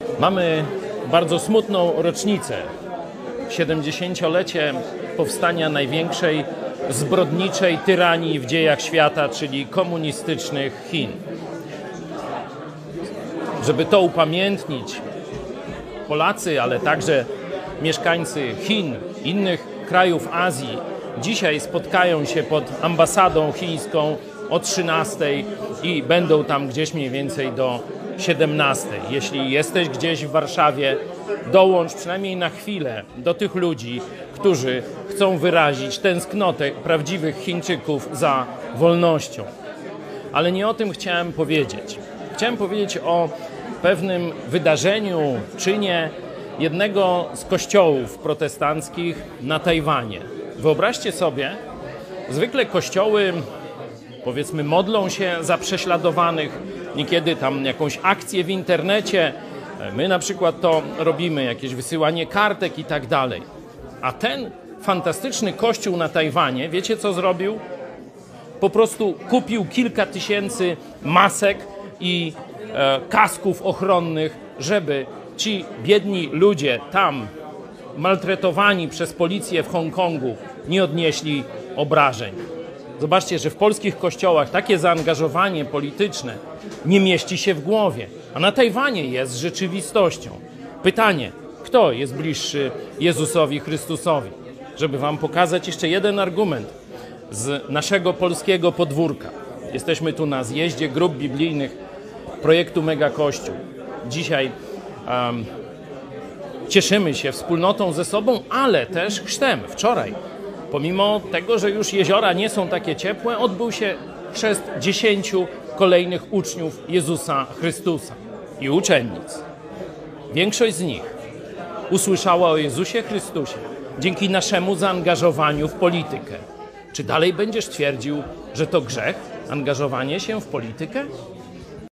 Mamy bardzo smutną rocznicę. 70-lecie powstania największej zbrodniczej tyranii w dziejach świata, czyli komunistycznych Chin. Żeby to upamiętnić, Polacy, ale także mieszkańcy Chin, innych krajów Azji dzisiaj spotkają się pod ambasadą chińską o 13:00 i będą tam gdzieś mniej więcej do 17:00. Jeśli jesteś gdzieś w Warszawie, dołącz przynajmniej na chwilę do tych ludzi, którzy chcą wyrazić tęsknotę prawdziwych Chińczyków za wolnością. Ale nie o tym chciałem powiedzieć. Chciałem powiedzieć o pewnym wydarzeniu, czynie jednego z kościołów protestanckich na Tajwanie. Wyobraźcie sobie, zwykle kościoły, powiedzmy, modlą się za prześladowanych, niekiedy tam jakąś akcję w internecie. My na przykład to robimy, jakieś wysyłanie kartek i tak dalej. A ten fantastyczny kościół na Tajwanie, wiecie co zrobił? Po prostu kupił kilka tysięcy masek i kasków ochronnych, żeby ci biedni ludzie tam maltretowani przez policję w Hongkongu nie odnieśli obrażeń. Zobaczcie, że w polskich kościołach takie zaangażowanie polityczne nie mieści się w głowie, a na Tajwanie jest rzeczywistością. Pytanie, kto jest bliższy Jezusowi Chrystusowi? Żeby wam pokazać jeszcze jeden argument z naszego polskiego podwórka. Jesteśmy tu na zjeździe grup biblijnych projektu Mega Kościół. Dzisiaj cieszymy się wspólnotą ze sobą, ale też chrztem. Wczoraj, pomimo tego, że już jeziora nie są takie ciepłe, odbył się chrzest 10 kolejnych uczniów Jezusa Chrystusa i uczennic. Większość z nich usłyszała o Jezusie Chrystusie dzięki naszemu zaangażowaniu w politykę. Czy dalej będziesz twierdził, że to grzech, angażowanie się w politykę?